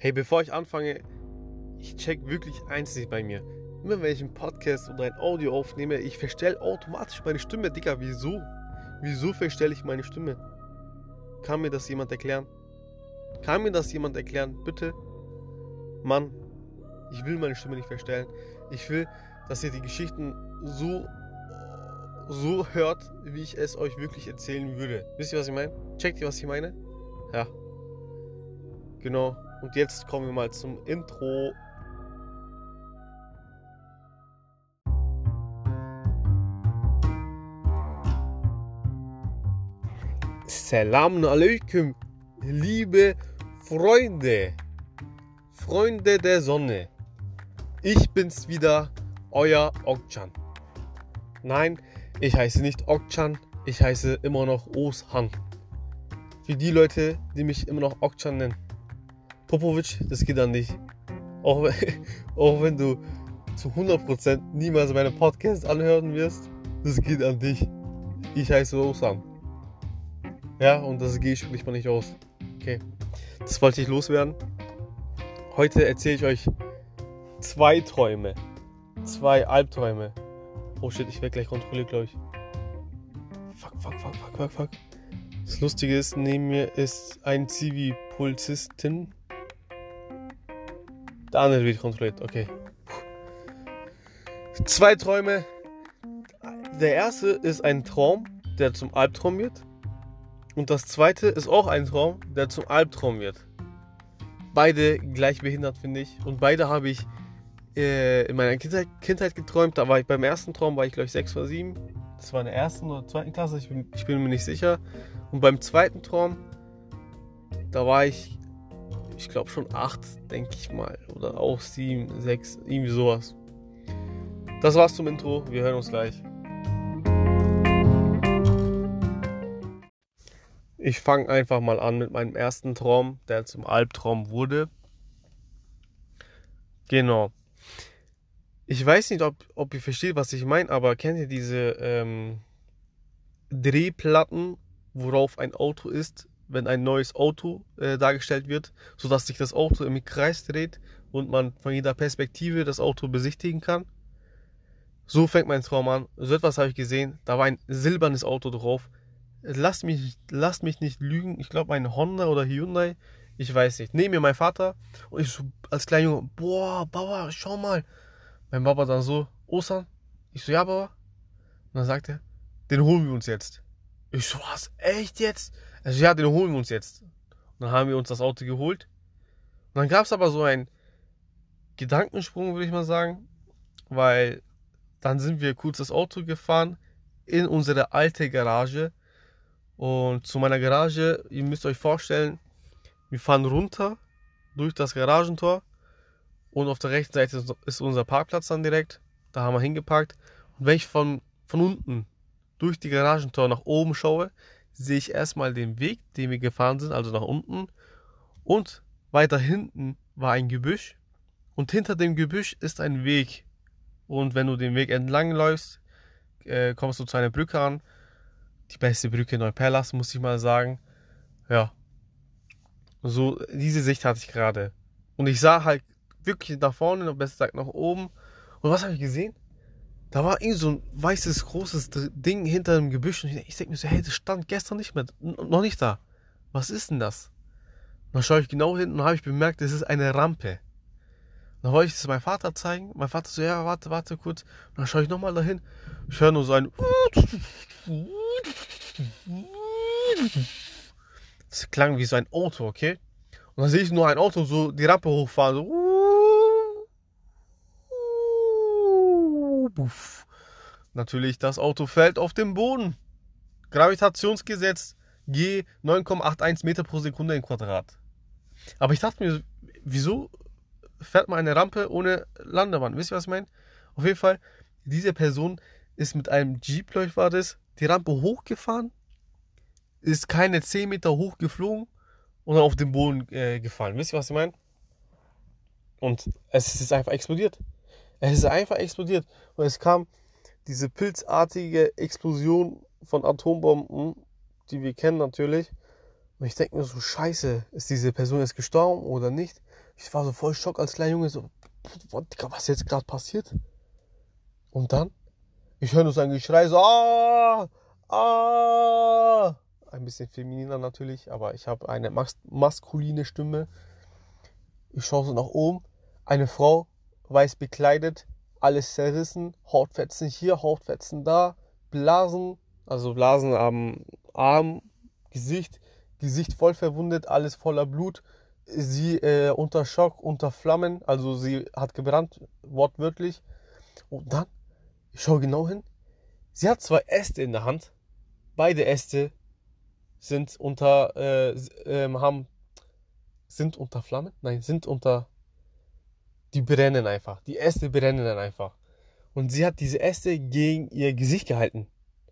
Hey, bevor ich anfange, ich check wirklich eins nicht bei mir. Immer wenn ich einen Podcast oder ein Audio aufnehme, ich verstelle automatisch meine Stimme. Digga, wieso? Wieso verstelle ich meine Stimme? Kann mir das jemand erklären? Kann mir das jemand erklären? Bitte? Mann, ich will meine Stimme nicht verstellen. Ich will, dass ihr die Geschichten so hört, wie ich es euch wirklich erzählen würde. Wisst ihr, was ich meine? Checkt ihr, was ich meine? Ja. Genau. Und jetzt kommen wir mal zum Intro. Salam alaikum, liebe Freunde der Sonne. Ich bin's wieder, euer Okcan. Nein, ich heiße nicht Okcan, ich heiße immer noch Ozhan. Für die Leute, die mich immer noch Okcan nennen. Popovic, das geht an dich. Auch wenn du zu 100% niemals meine Podcasts anhören wirst, das geht an dich. Ich heiße Ozhan. Ja, und das G spricht man nicht aus. Okay, das wollte ich loswerden. Heute erzähle ich euch 2 Träume. 2 Albträume. Oh shit, ich werde gleich kontrolliert, glaube ich. Fuck. Das Lustige ist, neben mir ist ein Zivi-Polizistin. Der andere wird kontrolliert, okay. 2 Träume. Der erste ist ein Traum, der zum Albtraum wird. Und das zweite ist auch ein Traum, der zum Albtraum wird. Beide gleich behindert, finde ich. Und beide habe ich in meiner Kindheit geträumt. Da war ich beim ersten Traum, war ich glaube ich 6 oder 7. Das war in der ersten oder zweiten Klasse, ich bin mir nicht sicher. Und beim zweiten Traum, da war ich glaube schon 8, denke ich mal. Oder auch 7, 6, irgendwie sowas. Das war's zum Intro, wir hören uns gleich. Ich fange einfach mal an mit meinem ersten Traum, der zum Albtraum wurde. Genau. Ich weiß nicht, ob ihr versteht, was ich meine, aber kennt ihr diese Drehplatten, worauf ein Auto ist, wenn ein neues Auto dargestellt wird, sodass sich das Auto im Kreis dreht und man von jeder Perspektive das Auto besichtigen kann? So fängt mein Traum an. So etwas habe ich gesehen. Da war ein silbernes Auto drauf. Lasst mich nicht lügen. Ich glaube ein Honda oder Hyundai. Ich weiß nicht. Neben mir mein Vater. Und ich so als kleiner Junge, boah, Baba, schau mal. Mein Papa dann so, Ozhan? Ich so, ja, Baba. Und dann sagt er, den holen wir uns jetzt. Ich so, was? Echt jetzt? Also ja, den holen wir uns jetzt. Und dann haben wir uns das Auto geholt. Und dann gab es aber so einen Gedankensprung, würde ich mal sagen. Weil dann sind wir kurz das Auto gefahren in unsere alte Garage. Und zu meiner Garage, ihr müsst euch vorstellen, wir fahren runter durch das Garagentor und auf der rechten Seite ist unser Parkplatz dann direkt. Da haben wir hingeparkt. Und wenn ich von unten durch die Garagentor nach oben schaue, sehe ich erstmal den Weg, den wir gefahren sind, also nach unten. Und weiter hinten war ein Gebüsch und hinter dem Gebüsch ist ein Weg. Und wenn du den Weg entlang läufst, kommst du zu einer Brücke an. Die beste Brücke in Neuperlach, muss ich mal sagen. Ja. So, diese Sicht hatte ich gerade. Und ich sah halt wirklich nach vorne, am besten gesagt nach oben. Und was habe ich gesehen? Da war irgend so ein weißes, großes Ding hinter dem Gebüsch. Und ich denke mir so, hey, das stand gestern nicht mehr, noch nicht da. Was ist denn das? Und dann schaue ich genau hin und habe ich bemerkt, das ist eine Rampe. Und dann wollte ich das meinem Vater zeigen. Mein Vater so, ja, warte kurz. Und dann schaue ich nochmal dahin. Ich höre nur so ein... Das klang wie so ein Auto, okay? Und dann sehe ich nur ein Auto so die Rampe hochfahren. So. Natürlich, das Auto fällt auf den Boden. Gravitationsgesetz G 9,81 Meter pro Sekunde im Quadrat. Aber ich dachte mir, wieso fährt man eine Rampe ohne Landebahn? Wisst ihr, was ich meine? Auf jeden Fall, diese Person ist mit einem Jeep, glaube ich, war das, die Rampe hochgefahren, ist keine 10 Meter hoch geflogen und dann auf den Boden gefallen. Wisst ihr, was ich meine? Und es ist einfach explodiert. Es ist einfach explodiert. Und es kam diese pilzartige Explosion von Atombomben, die wir kennen natürlich. Und ich denke mir so, scheiße, ist diese Person jetzt gestorben oder nicht? Ich war so voll Schock als kleiner Junge, so, Digga, was jetzt gerade passiert? Und dann, ich höre nur so ein Geschrei, so, ah. Ein bisschen femininer natürlich, aber ich habe eine maskuline Stimme. Ich schaue so nach oben, eine Frau, weiß bekleidet, alles zerrissen, Hautfetzen hier, Hautfetzen da, Blasen, also Blasen am Arm, Gesicht voll verwundet, alles voller Blut. Sie unter Schock, unter Flammen, also sie hat gebrannt, wortwörtlich. Und dann, ich schaue genau hin, sie hat zwei Äste in der Hand, beide Äste sind sind unter Flammen? Nein, die brennen einfach. Die Äste brennen dann einfach. Und sie hat diese Äste gegen ihr Gesicht gehalten.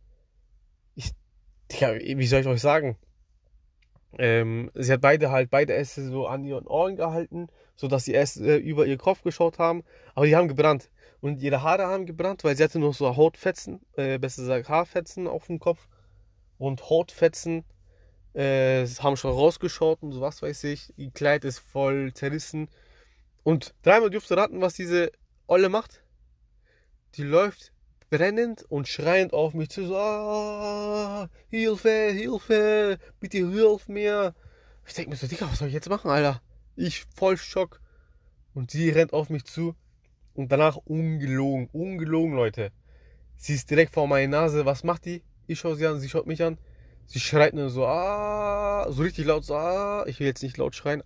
Digga, wie soll ich euch sagen? Sie hat beide Äste so an ihren Ohren gehalten, sodass die Äste über ihr Kopf geschaut haben. Aber die haben gebrannt. Und ihre Haare haben gebrannt, weil sie hatte noch so Hautfetzen, besser gesagt Haarfetzen auf dem Kopf. Und Hautfetzen haben schon rausgeschaut und so was weiß ich. Ihr Kleid ist voll zerrissen. Und dreimal dürft ihr raten, was diese Olle macht. Die läuft brennend und schreiend auf mich zu, so, Hilfe, Hilfe, bitte hilf mir. Ich denke mir so, Digga, was soll ich jetzt machen, Alter? Ich voll Schock. Und sie rennt auf mich zu. Und danach ungelogen, Leute. Sie ist direkt vor meiner Nase. Was macht die? Ich schaue sie an, sie schaut mich an. Sie schreit nur so, so richtig laut, so, Ich will jetzt nicht laut schreien,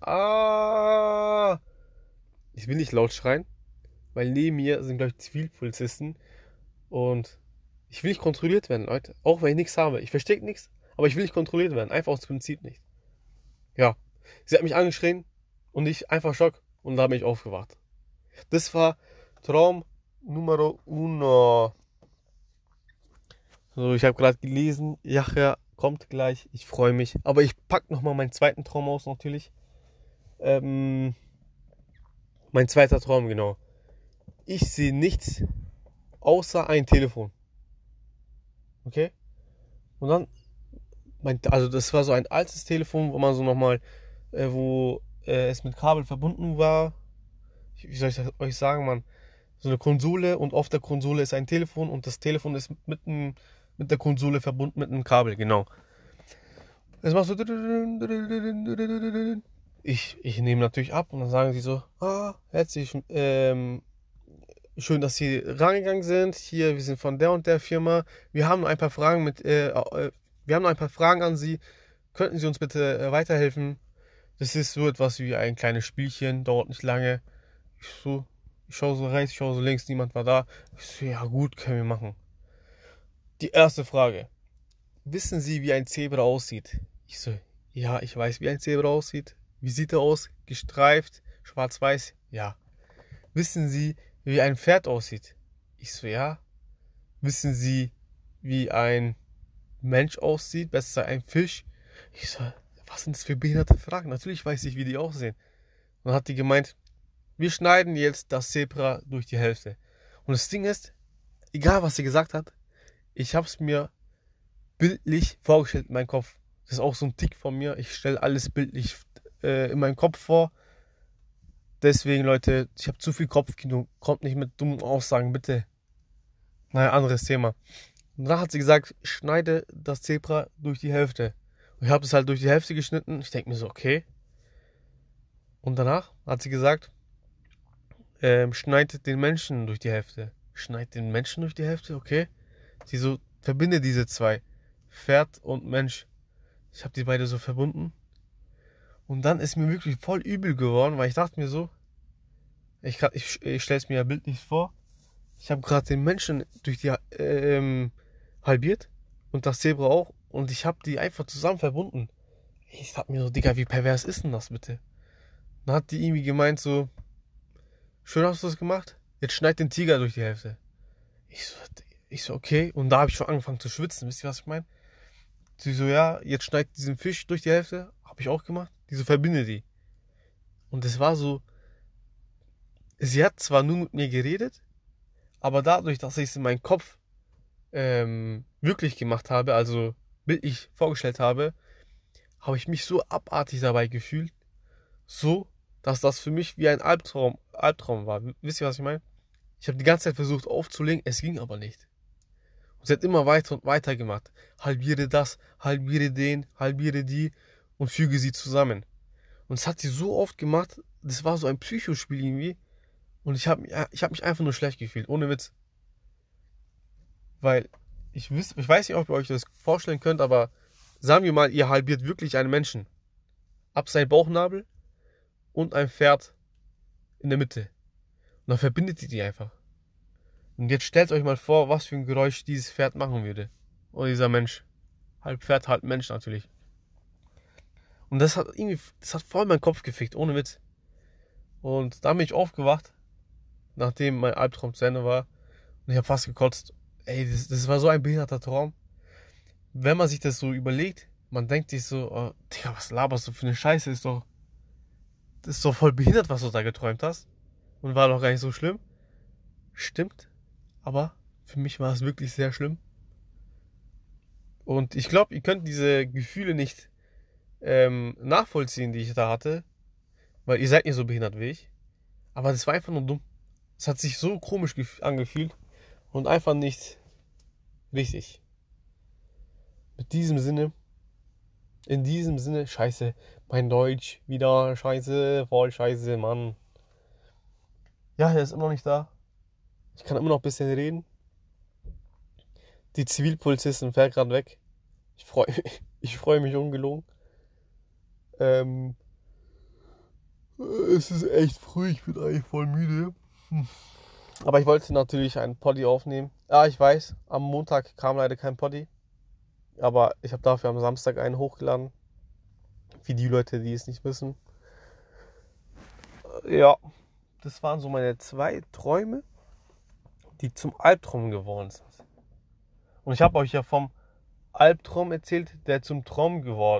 Ich will nicht laut schreien, weil neben mir sind, glaube ich, Zivilpolizisten. Und ich will nicht kontrolliert werden, Leute. Auch wenn ich nichts habe. Ich verstecke nichts, aber ich will nicht kontrolliert werden. Einfach aus Prinzip nicht. Ja. Sie hat mich angeschrien und ich einfach Schock. Und da bin ich aufgewacht. Das war Traum Numero uno. So, ich habe gerade gelesen, Yahya kommt gleich. Ich freue mich. Aber ich packe nochmal meinen zweiten Traum aus, natürlich. Mein zweiter Traum, genau. Ich sehe nichts außer ein Telefon. Okay? Und dann, also das war so ein altes Telefon, wo man so nochmal, wo es mit Kabel verbunden war. Wie soll ich das euch sagen, Mann? So eine Konsole und auf der Konsole ist ein Telefon und das Telefon ist mit der Konsole verbunden mit einem Kabel, genau. Es macht so. Ich nehme natürlich ab und dann sagen sie so, herzlich, schön, dass Sie rangegangen sind. Hier, wir sind von der und der Firma. Wir haben ein paar Fragen an Sie. Könnten Sie uns bitte weiterhelfen? Das ist so etwas wie ein kleines Spielchen, dauert nicht lange. Ich schaue so rechts, ich schaue so links, niemand war da. Ich so, ja gut, können wir machen. Die erste Frage. Wissen Sie, wie ein Zebra aussieht? Ich so, ja, ich weiß, wie ein Zebra aussieht. Wie sieht er aus? Gestreift, schwarz-weiß? Ja. Wissen Sie, wie ein Pferd aussieht? Ich so, ja. Wissen Sie, wie ein Mensch aussieht? Besser ein Fisch? Ich so, was sind das für behinderte Fragen? Natürlich weiß ich, wie die aussehen. Und dann hat die gemeint, wir schneiden jetzt das Zebra durch die Hälfte. Und das Ding ist, egal was sie gesagt hat, ich habe es mir bildlich vorgestellt in meinem Kopf. Das ist auch so ein Tick von mir. Ich stelle alles bildlich in meinem Kopf vor. Deswegen, Leute, ich habe zu viel Kopfkino. Kommt nicht mit dummen Aussagen, bitte. Naja, anderes Thema. Und dann hat sie gesagt, schneide das Zebra durch die Hälfte. Und ich habe es halt durch die Hälfte geschnitten. Ich denke mir so, okay. Und danach hat sie gesagt, schneid den Menschen durch die Hälfte. Schneid den Menschen durch die Hälfte, okay. Sie so, verbinde diese zwei. Pferd und Mensch. Ich habe die beide so verbunden. Und dann ist mir wirklich voll übel geworden, weil ich dachte mir so, ich stelle es mir ja bildlich vor, ich habe gerade den Menschen durch die halbiert und das Zebra auch und ich habe die einfach zusammen verbunden. Ich dachte mir so, Digga, wie pervers ist denn das bitte? Dann hat die irgendwie gemeint so, schön hast du das gemacht, jetzt schneid den Tiger durch die Hälfte. Ich so, okay. Und da habe ich schon angefangen zu schwitzen, wisst ihr, was ich meine? Sie so, ja, jetzt schneid diesen Fisch durch die Hälfte, habe ich auch gemacht. Die so, verbinde die. Und es war so, sie hat zwar nur mit mir geredet, aber dadurch, dass ich es in meinem Kopf wirklich gemacht habe, also bildlich vorgestellt habe, habe ich mich so abartig dabei gefühlt, so, dass das für mich wie ein Albtraum war. Wisst ihr, was ich meine? Ich habe die ganze Zeit versucht aufzulegen, es ging aber nicht. Und sie hat immer weiter und weiter gemacht. Halbiere das, halbiere den, halbiere die und füge sie zusammen. Und das hat sie so oft gemacht, das war so ein Psychospiel irgendwie. Und ich hab mich einfach nur schlecht gefühlt, ohne Witz. Weil ich weiß nicht, ob ihr euch das vorstellen könnt, aber sagen wir mal, ihr halbiert wirklich einen Menschen. Ab sein Bauchnabel und ein Pferd in der Mitte. Und dann verbindet ihr die einfach. Und jetzt stellt euch mal vor, was für ein Geräusch dieses Pferd machen würde. Oder dieser Mensch. Halb Pferd, halb Mensch natürlich. Und das hat voll meinen Kopf gefickt, ohne Witz. Und dann bin ich aufgewacht, nachdem mein Albtraum zu Ende war. Und ich habe fast gekotzt. Ey, das war so ein behinderter Traum. Wenn man sich das so überlegt, man denkt sich so, oh, Digga, was laberst du für eine Scheiße? Das ist doch voll behindert, was du da geträumt hast. Und war doch gar nicht so schlimm. Stimmt. Aber für mich war es wirklich sehr schlimm. Und ich glaube, ihr könnt diese Gefühle nicht nachvollziehen, die ich da hatte. Weil ihr seid nicht so behindert wie ich. Aber das war einfach nur dumm. Es hat sich so komisch angefühlt. Und einfach nicht richtig. In diesem Sinne, scheiße, mein Deutsch wieder, scheiße, voll scheiße, Mann. Ja, er ist immer noch nicht da. Ich kann immer noch ein bisschen reden. Die Zivilpolizistin fährt gerade weg. Ich freu mich ungelogen. Es ist echt früh, ich bin eigentlich voll müde. Aber ich wollte natürlich einen Poddy aufnehmen. Ja, ich weiß, am Montag kam leider kein Poddy. Aber ich habe dafür am Samstag einen hochgeladen. Für die Leute, die es nicht wissen. Ja, das waren so meine 2 Träume, die zum Albtraum geworden sind. Und ich habe euch ja vom Albtraum erzählt, der zum Traum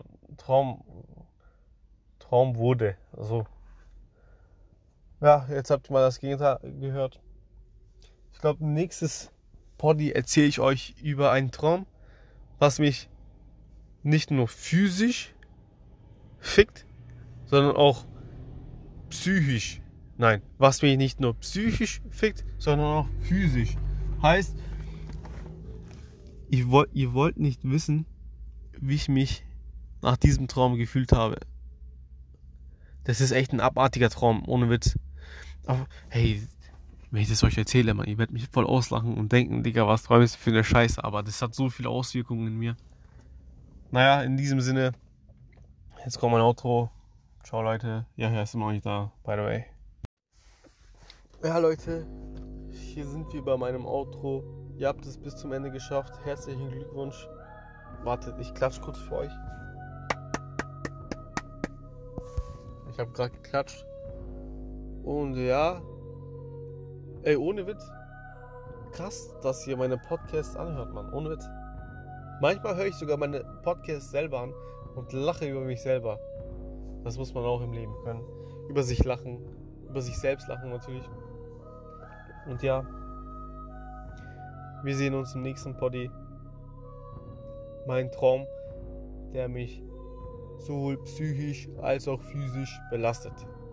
wurde. Also, ja, jetzt habt ihr mal das Gegenteil gehört. Ich glaube, nächstes Poddy erzähle ich euch über einen Traum, was mich nicht nur physisch fickt, sondern auch psychisch. Nein, was mich nicht nur psychisch fickt, sondern auch physisch. Heißt, ihr wollt nicht wissen, wie ich mich nach diesem Traum gefühlt habe. Das ist echt ein abartiger Traum, ohne Witz. Aber hey, wenn ich das euch erzähle, man, ihr werdet mich voll auslachen und denken, Digga, was träumst du für eine Scheiße? Aber das hat so viele Auswirkungen in mir. Naja, in diesem Sinne, jetzt kommt mein Outro. Ciao Leute. Ja, er ist immer noch nicht da, by the way. Ja Leute, hier sind wir bei meinem Outro. Ihr habt es bis zum Ende geschafft. Herzlichen Glückwunsch. Wartet, ich klatsche kurz für euch. Ich habe gerade geklatscht. Und ja, ey, ohne Witz. Krass, dass ihr meine Podcasts anhört, Mann. Ohne Witz. Manchmal höre ich sogar meine Podcasts selber an und lache über mich selber. Das muss man auch im Leben können. Über sich lachen. Über sich selbst lachen natürlich. Und ja, wir sehen uns im nächsten Poddy. Mein Traum, der mich sowohl psychisch als auch physisch belastet.